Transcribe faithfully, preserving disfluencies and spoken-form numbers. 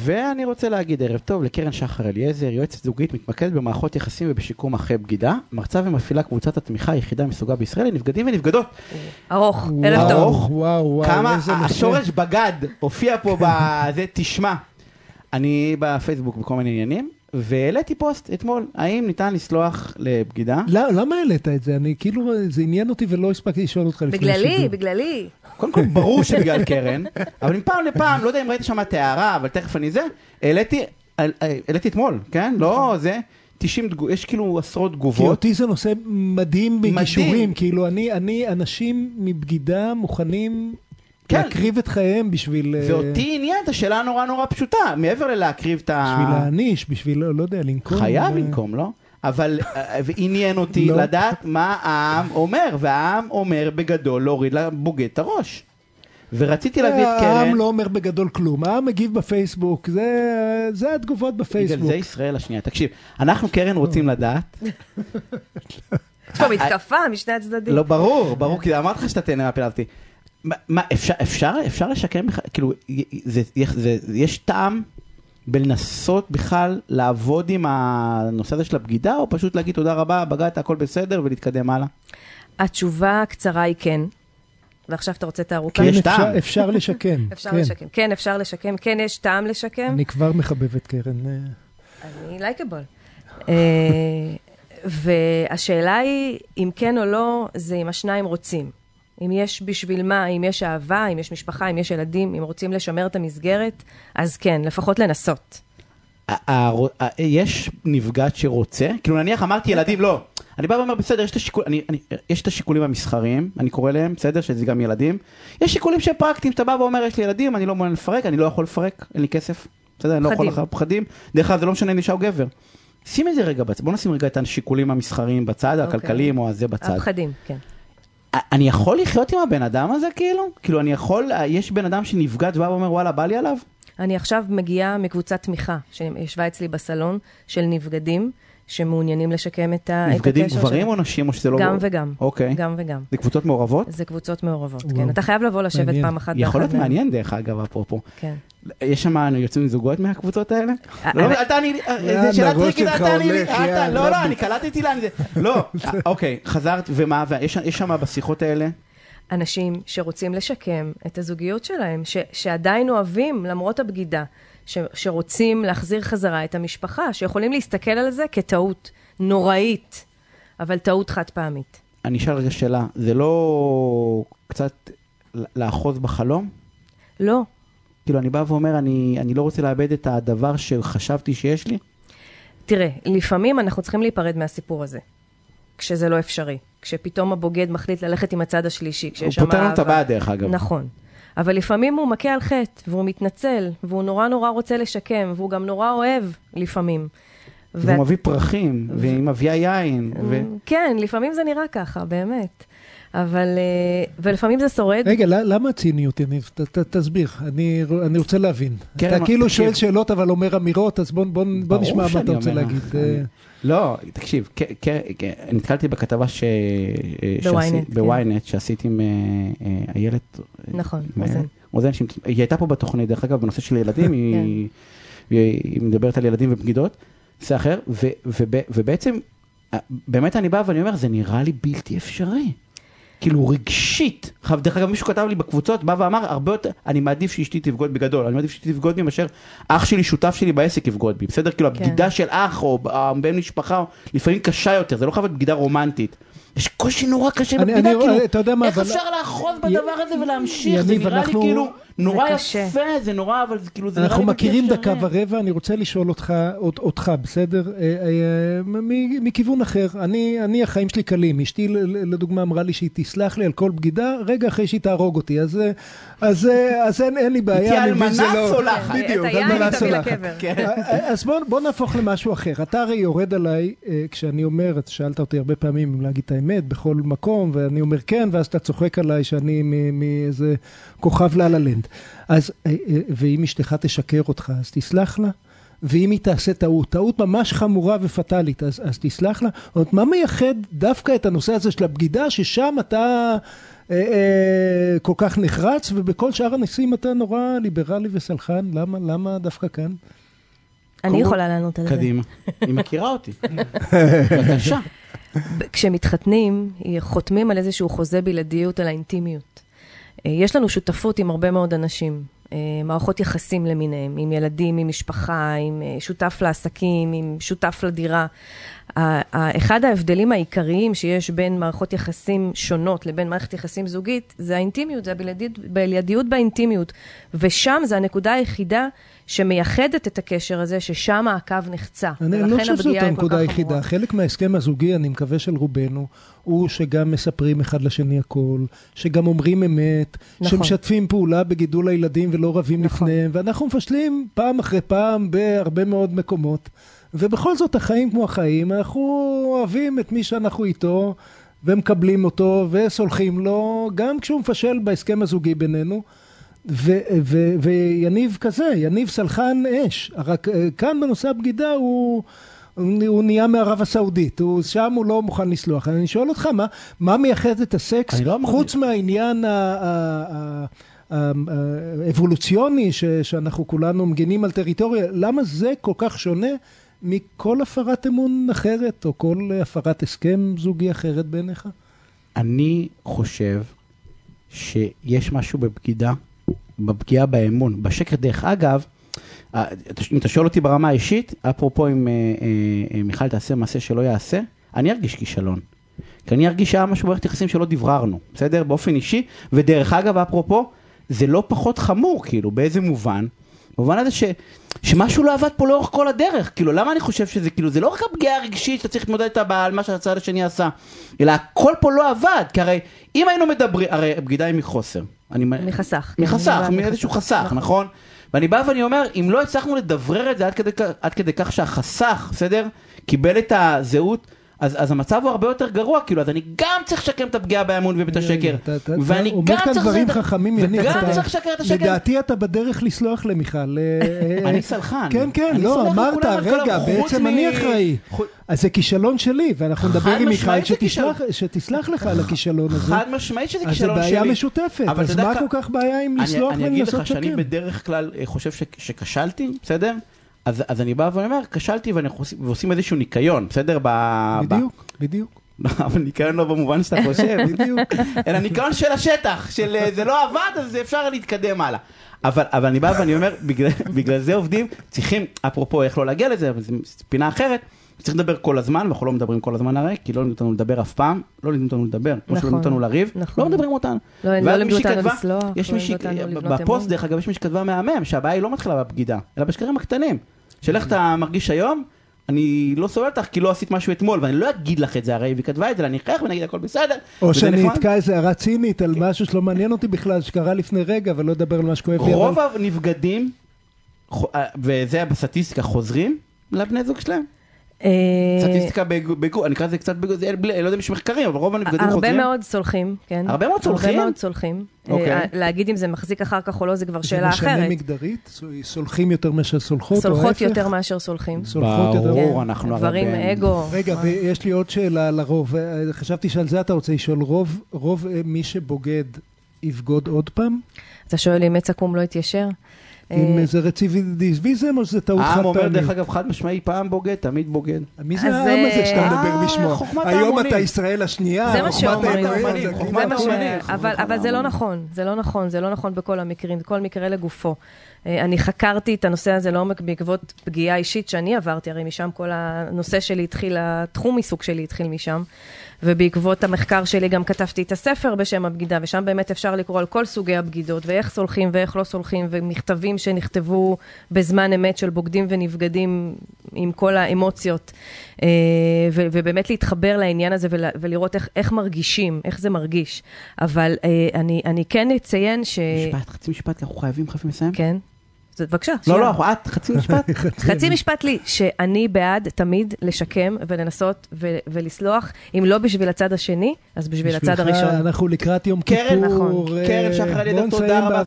ואני רוצה להגיד ערב טוב לקרן שחר אליעזר, יועצת זוגית מתמקדת במערכות יחסים ובשיקום אחרי בגידה, מרצה ומפעילה קבוצת התמיכה היחידה מסוגה בישראל לנבגדים ונבגדות. ארוך, ערב טוב. ארוך, כמה השורש בגד הופיע פה בזה, תשמע. אני בפייסבוק בכל מיני עניינים, והעליתי פוסט אתמול, האם ניתן לסלוח לבגידה? למה העלית את זה? אני כאילו, זה עניין אותי ולא הספקתי לשאול אותך לפני שידור. בגללי, בגללי. קודם כל, ברור שבגלל קרן, אבל מפעם לפעם, לא יודע אם ראיתי שם תארה, אבל תכף אני זה, העליתי, העליתי אתמול, כן? לא, זה, תשעים, יש כאילו עשרות תגובות. כי אותי זה נושא מדהים בגישורים, כאילו אני, אני, אנשים מבגידה מוכנים להקריב את חייהם בשביל... ואותי עניין את השאלה נורא נורא פשוטה, מעבר ללהקריב את ה... בשביל להעניש, בשביל, לא יודע, לנקום. חייב לנקום, לא? אבל עניין אותי לדעת מה העם אומר, והעם אומר בגדול להוריד לבוגד את הראש. ורציתי להביא את קרן... העם לא אומר בגדול כלום, העם מגיב בפייסבוק, זה התגובות בפייסבוק. זה ישראל השנייה, תקשיב, אנחנו קרן רוצים לדעת... יש פה מתקפה משני הצדדים. לא, ברור, ברור, כי אמרת לך שאתה תהנה מהפילבתי. מה, אפשר, אפשר, אפשר לשקם, כאילו, זה, זה, יש טעם בלנסות בכלל לעבוד עם הנושא הזה של הבגידה, או פשוט להגיד תודה רבה, בגדת, הכל בסדר, ולהתקדם הלאה? התשובה הקצרה היא כן. ועכשיו אתה רוצה את הארוכה? כן, אפשר, אפשר לשקם. אפשר לשקם. כן, אפשר לשקם. כן, יש טעם לשקם. אני כבר מחבב את קרן. אני לייקבול. והשאלה היא, אם כן או לא, זה אם השניים רוצים. אם יש בשביל מה, אם יש אהבה, אם יש משפחה, אם יש ילדים, אם רוצים לשמר את המסגרת, אז כן, לפחות לנסות. יש נפגעת שרוצה? כאילו נניח אמרתי ילדים, לא. אני בא ואומר, בסדר, יש את, השיקול, אני, אני, יש את השיקולים המסחריים, אני קורא להם, בסדר, שזה גם ילדים. יש שיקולים שפרקטיים, שאתה בא ואומר, יש לי ילדים, אני לא מעוניין לפרק, אני לא יכול לפרק, אין לי כסף. בסדר, אני לא יכול לך פחדים. דרך כלל זה לא משנה אם אישה או גבר. שים את זה רגע בצד, בוא נשים רגע את השיקולים המסחריים בצד, הכלכליים או הזה בצד. הפחדים, כן. אני יכול לחיות עם הבן אדם הזה, כאילו? כאילו, אני יכול, יש בן אדם שנפגע ובא ואומר, וואלה, בא לי עליו? אני עכשיו מגיעה מקבוצת תמיכה, שישבה אצלי בסלון, של נבגדים, שמעוניינים לשקם את הקשר. נבגדים גברים או נשים, או שזה לא... גם וגם. אוקיי. גם וגם. זה קבוצות מעורבות? זה קבוצות מעורבות, כן. אתה חייב לבוא לשבת פעם אחת. יכול להיות מעניין, דרך אגב, אפרופו. כן. יש שם יוצאים זוגות מהקבוצות האלה? לא, אתה אני... זה שאלה טריקית, אתה אני... לא, לא, אני קלטתי לה... לא, אוקיי, חזרת, ומה? ויש שם בשיחות האלה? אנשים שרוצים לשקם את הזוגיות שלהם, שעדיין אוהבים, למרות הבגידה, שרוצים להחזיר חזרה את המשפחה, שיכולים להסתכל על זה כטעות נוראית, אבל טעות חד פעמית. אני אשאל רגע שאלה, זה לא קצת לאחוז בחלום? לא. כאילו, אני בא ואומר, אני, אני לא רוצה לאבד את הדבר שחשבתי שיש לי? תראה, לפעמים אנחנו צריכים להיפרד מהסיפור הזה, כשזה לא אפשרי. כשפתאום הבוגד מחליט ללכת עם הצד השלישי, כשיש שם אהבה. הוא פותר לנו את הבעיה דרך אגב. נכון. אבל לפעמים הוא מכה על חטא, והוא מתנצל, והוא נורא נורא רוצה לשקם, והוא גם נורא אוהב לפעמים. והוא מביא פרחים, והיא מביאה יין. כן, לפעמים זה נראה ככה, באמת. אבל, ולפעמים זה שורד. רגע, למה הציניות? תסביר, אני רוצה להבין. אתה כאילו שואל שאלות, אבל אומר אמירות, אז בוא נשמע מה אתה רוצה להגיד. לא, תקשיב, נתקלתי בכתבה בוויינט, שעשיתי עם איילת... נכון, רוזן. רוזן, היא הייתה פה בתוכנית, דרך אגב, בנושא של ילדים, היא מדברת על ילדים ובגידות, זה אחר, ובעצם, באמת אני בא ואני אומר, זה נראה לי בלתי אפשרי. כאילו רגשית. דרך אגב, מישהו כתב לי בקבוצות, בא ואמר, הרבה יותר, אני מעדיף שאשתי תבגוד בגדול, אני מעדיף שאשתי תבגוד בי, מאשר אח שלי, שותף שלי בעסק יבגוד בי, בסדר? כאילו, הבגידה של אח, או בן משפחה, לפעמים קשה יותר, זה לא חייבת בגידה רומנטית. יש קושי נורא קשה בבגידה, כאילו, איך אפשר לאחוז בדבר הזה ולהמשיך? זה נראה לי כאילו נורא יפה, זה נורא, אבל כאילו זה נראה לי... אנחנו מכירים דקה ורבע, אני רוצה לשאול אותך, בסדר? מכיוון אחר, אני, החיים שלי קלים, אשתי לדוגמה אמרה לי שהיא תסלח לי על כל בגידה, רגע אחרי שהיא תהרוג אותי, אז אין לי בעיה. היא אלמנה סולחת. בדיוק, אלמנה סולחת. אז בוא נהפוך למשהו אחר. אתה הרי יורד עליי, כשאני אומר, שאלת אותי הרבה פעמים אם להגיד את האמת, בכל מקום, ואני אומר כן, ואז אתה צוחק עליי שאני מאיזה כוכב ללה-לנד. אז, ואם אשתך תשקר אותך, אז תסלח לה. ואם היא תעשה טעות, טעות ממש חמורה ופטלית, אז, אז תסלח לה. עוד מה מייחד דווקא את הנושא הזה של הבגידה, ששם אתה כל כך נחרץ, ובכל שאר הנושאים אתה נורא ליברלי וסלחן, למה, למה דווקא כאן? אני יכולה לענות על זה. קדימה, היא מכירה אותי. בבקשה. כשמתחתנים, חותמים על איזשהו חוזה בלעדיות על האינטימיות. יש לנו שותפות עם הרבה מאוד אנשים, מערכות יחסים למיניהם, עם ילדים, עם משפחה, עם שותף לעסקים, עם שותף לדירה. אחד ההבדלים העיקריים שיש בין מערכות יחסים שונות לבין מערכת יחסים זוגית, זה האינטימיות, זה הבלעדיות באינטימיות. ושם זה הנקודה היחידה שמייחדת את הקשר הזה, ששם הקו נחצה. אני לא חושב שזאת הנקודה היחידה. חלק מההסכם הזוגי, אני מקווה של רובנו, הוא שגם מספרים אחד לשני הכל, שגם אומרים אמת, נכון. שמשתפים פעולה בגידול הילדים ולא רבים נכון. לפניהם, ואנחנו מפשלים פעם אחרי פעם בהרבה מאוד מקומות. ובכל זאת החיים כמו החיים, אנחנו אוהבים את מי שאנחנו איתו, ומקבלים אותו וסולחים לו, גם כשהוא מפשל בהסכם הזוגי בינינו, ו- ו- ויניב כזה, יניב סלחן אש. רק כאן בנושא הבגידה הוא, הוא נהיה מערב הסעודית, הוא, שם הוא לא מוכן לסלוח. אני שואל אותך, מה, מה מייחד את הסקס, לא חוץ מבין. מהעניין ה... ה-, ה- האבולוציוני ש- שאנחנו כולנו מגינים על טריטוריה, למה זה כל כך שונה מכל הפרת אמון אחרת, או כל הפרת הסכם זוגי אחרת בעיניך? אני חושב שיש משהו בבגידה, בפגיעה באמון, בשקר. דרך אגב, אם אתה שואל אותי ברמה האישית, אפרופו אם מיכל תעשה מעשה שלא יעשה, אני ארגיש כישלון. כי אני ארגיש שהיה משהו בערך יחסים שלא דבררנו, בסדר? באופן אישי, ודרך אגב, אפרופו, זה לא פחות חמור, כאילו, באיזה מובן? במובן הזה ש, שמשהו לא עבד פה לאורך כל הדרך. כאילו, למה אני חושב שזה, כאילו, זה לא רק הפגיעה הרגשית שאתה צריך להתמודד איתה על מה שהצד השני עשה, אלא הכל פה לא עבד. כי הרי, אם היינו מדברים, הרי הבגידה היא מחוסר. אני, מחסך. מחסך, מאיזשהו חסך, נכון? נכון? ואני בא ואני אומר, אם לא הצלחנו לדברר את זה עד כדי, עד כדי כך שהחסך, בסדר? קיבל את הזהות, אז, אז המצב הוא הרבה יותר גרוע, כאילו, אז אני גם צריך לשקם את הפגיעה באמון ובית השקר. ואני גם צריך דברים חכמים, וגם צריך לשקר את השקר. לדעתי אתה בדרך לסלוח למיכל. אני סלחן. כן, כן, לא, אמרת, רגע, בעצם אני אחראי. אז זה כישלון שלי, ואנחנו נדבר עם מיכל שתסלח לך על הכישלון הזה. חד משמעית שזה כישלון שלי. אז זה בעיה משותפת, אז מה כל כך בעיה עם לסלוח ולנסות אני אגיד לך שאני בדרך כלל חושב שכשלתי, בסדר? אז, אז אני בא ואומר, כשלתי ועושים איזשהו ניקיון, בסדר? בדיוק, בדיוק. אבל ניקיון לא במובן שאתה חושב, בדיוק. אלא ניקיון של השטח, של זה לא עבד, אז אפשר להתקדם הלאה. אבל, אבל אני בא ואני אומר, בגלל, בגלל זה עובדים, צריכים, אפרופו איך לא להגיע לזה, אבל זו פינה אחרת, צריך לדבר כל הזמן, ואנחנו לא מדברים כל הזמן הרי, כי לא לימדו אותנו לדבר אף פעם, לא לימדו אותנו לדבר, כמו שלא לימדו אותנו לריב, לא מדברים אותנו. לא לימדו אותנו לסלוח, לא לימדו אותנו לבנות אמון. בפוסט, דרך אגב, יש מי שכתבה מהמם, שהבעיה היא לא מתחילה בבגידה, אלא בשקרים הקטנים. שאלך אתה מרגיש היום, אני לא סובל אותך כי לא עשית משהו אתמול, ואני לא אגיד לך את זה הרי, וכתבה את זה, אני אחייך ונגיד הכל בסדר. או שאני אתקע איזה הערה צינית על משהו שלא מעניין אותי בכלל, שקרה לפני רגע, ולא אדבר על מה שכואב לי. רוב הנפגדים, וזה בסטטיסטיקה, חוזרים לבני זוג שלהם. סטטיסטיקה בגו, אני אקרא את זה קצת בגו, לא יודע אם יש מחקרים, אבל רוב הנפגדים חוזרים. הרבה מאוד סולחים, כן. הרבה מאוד סולחים? הרבה מאוד סולחים. להגיד אם זה מחזיק אחר כך או לא, זה כבר שאלה אחרת. זה משנה מגדרית? סולחים יותר מאשר סולחות? סולחות יותר מאשר סולחים. ברור, אנחנו... דברים, אגו. רגע, ויש לי עוד שאלה לרוב. חשבתי שעל זה אתה רוצה לשאול, רוב מי שבוגד יבגוד עוד פעם? אתה שואל אם עץ עקום לא יתיישר? אם זה רצידיביזם או שזה טעות חד פעמית? העם אומר דרך אגב חד משמעי, פעם בוגד, תמיד בוגד. מי זה העם הזה שאתה מדבר בשמו? היום אתה ישראל השנייה. זה מה שאומרים. אבל זה לא נכון, זה לא נכון, זה לא נכון בכל המקרים, כל מקרה לגופו. אני חקרתי את הנושא הזה לעומק בעקבות פגיעה אישית שאני עברתי, הרי משם כל הנושא שלי התחיל, התחום עיסוק שלי התחיל משם, ובעקבות המחקר שלי גם כתבתי את הספר בשם הבגידה, ושם באמת אפשר לקרוא על כל סוגי הבגידות, ואיך סולחים ואיך לא סולחים, ומכתבים שנכתבו בזמן אמת של בוגדים ונפגדים עם כל האמוציות, ובאמת להתחבר לעניין הזה ולראות איך, איך מרגישים, איך זה מרגיש. אבל אני, אני כן אציין ש... משפט, חצי משפט, אנחנו חייבים חייבים לסיים? כן. בבקשה. לא, לא, את חצי משפט. חצי משפט לי, שאני בעד תמיד לשקם ולנסות ולסלוח, אם לא בשביל הצד השני, אז בשביל הצד הראשון. אנחנו לקראת יום כיפור. קרן, קרן שחר על ידה, תודה רבה.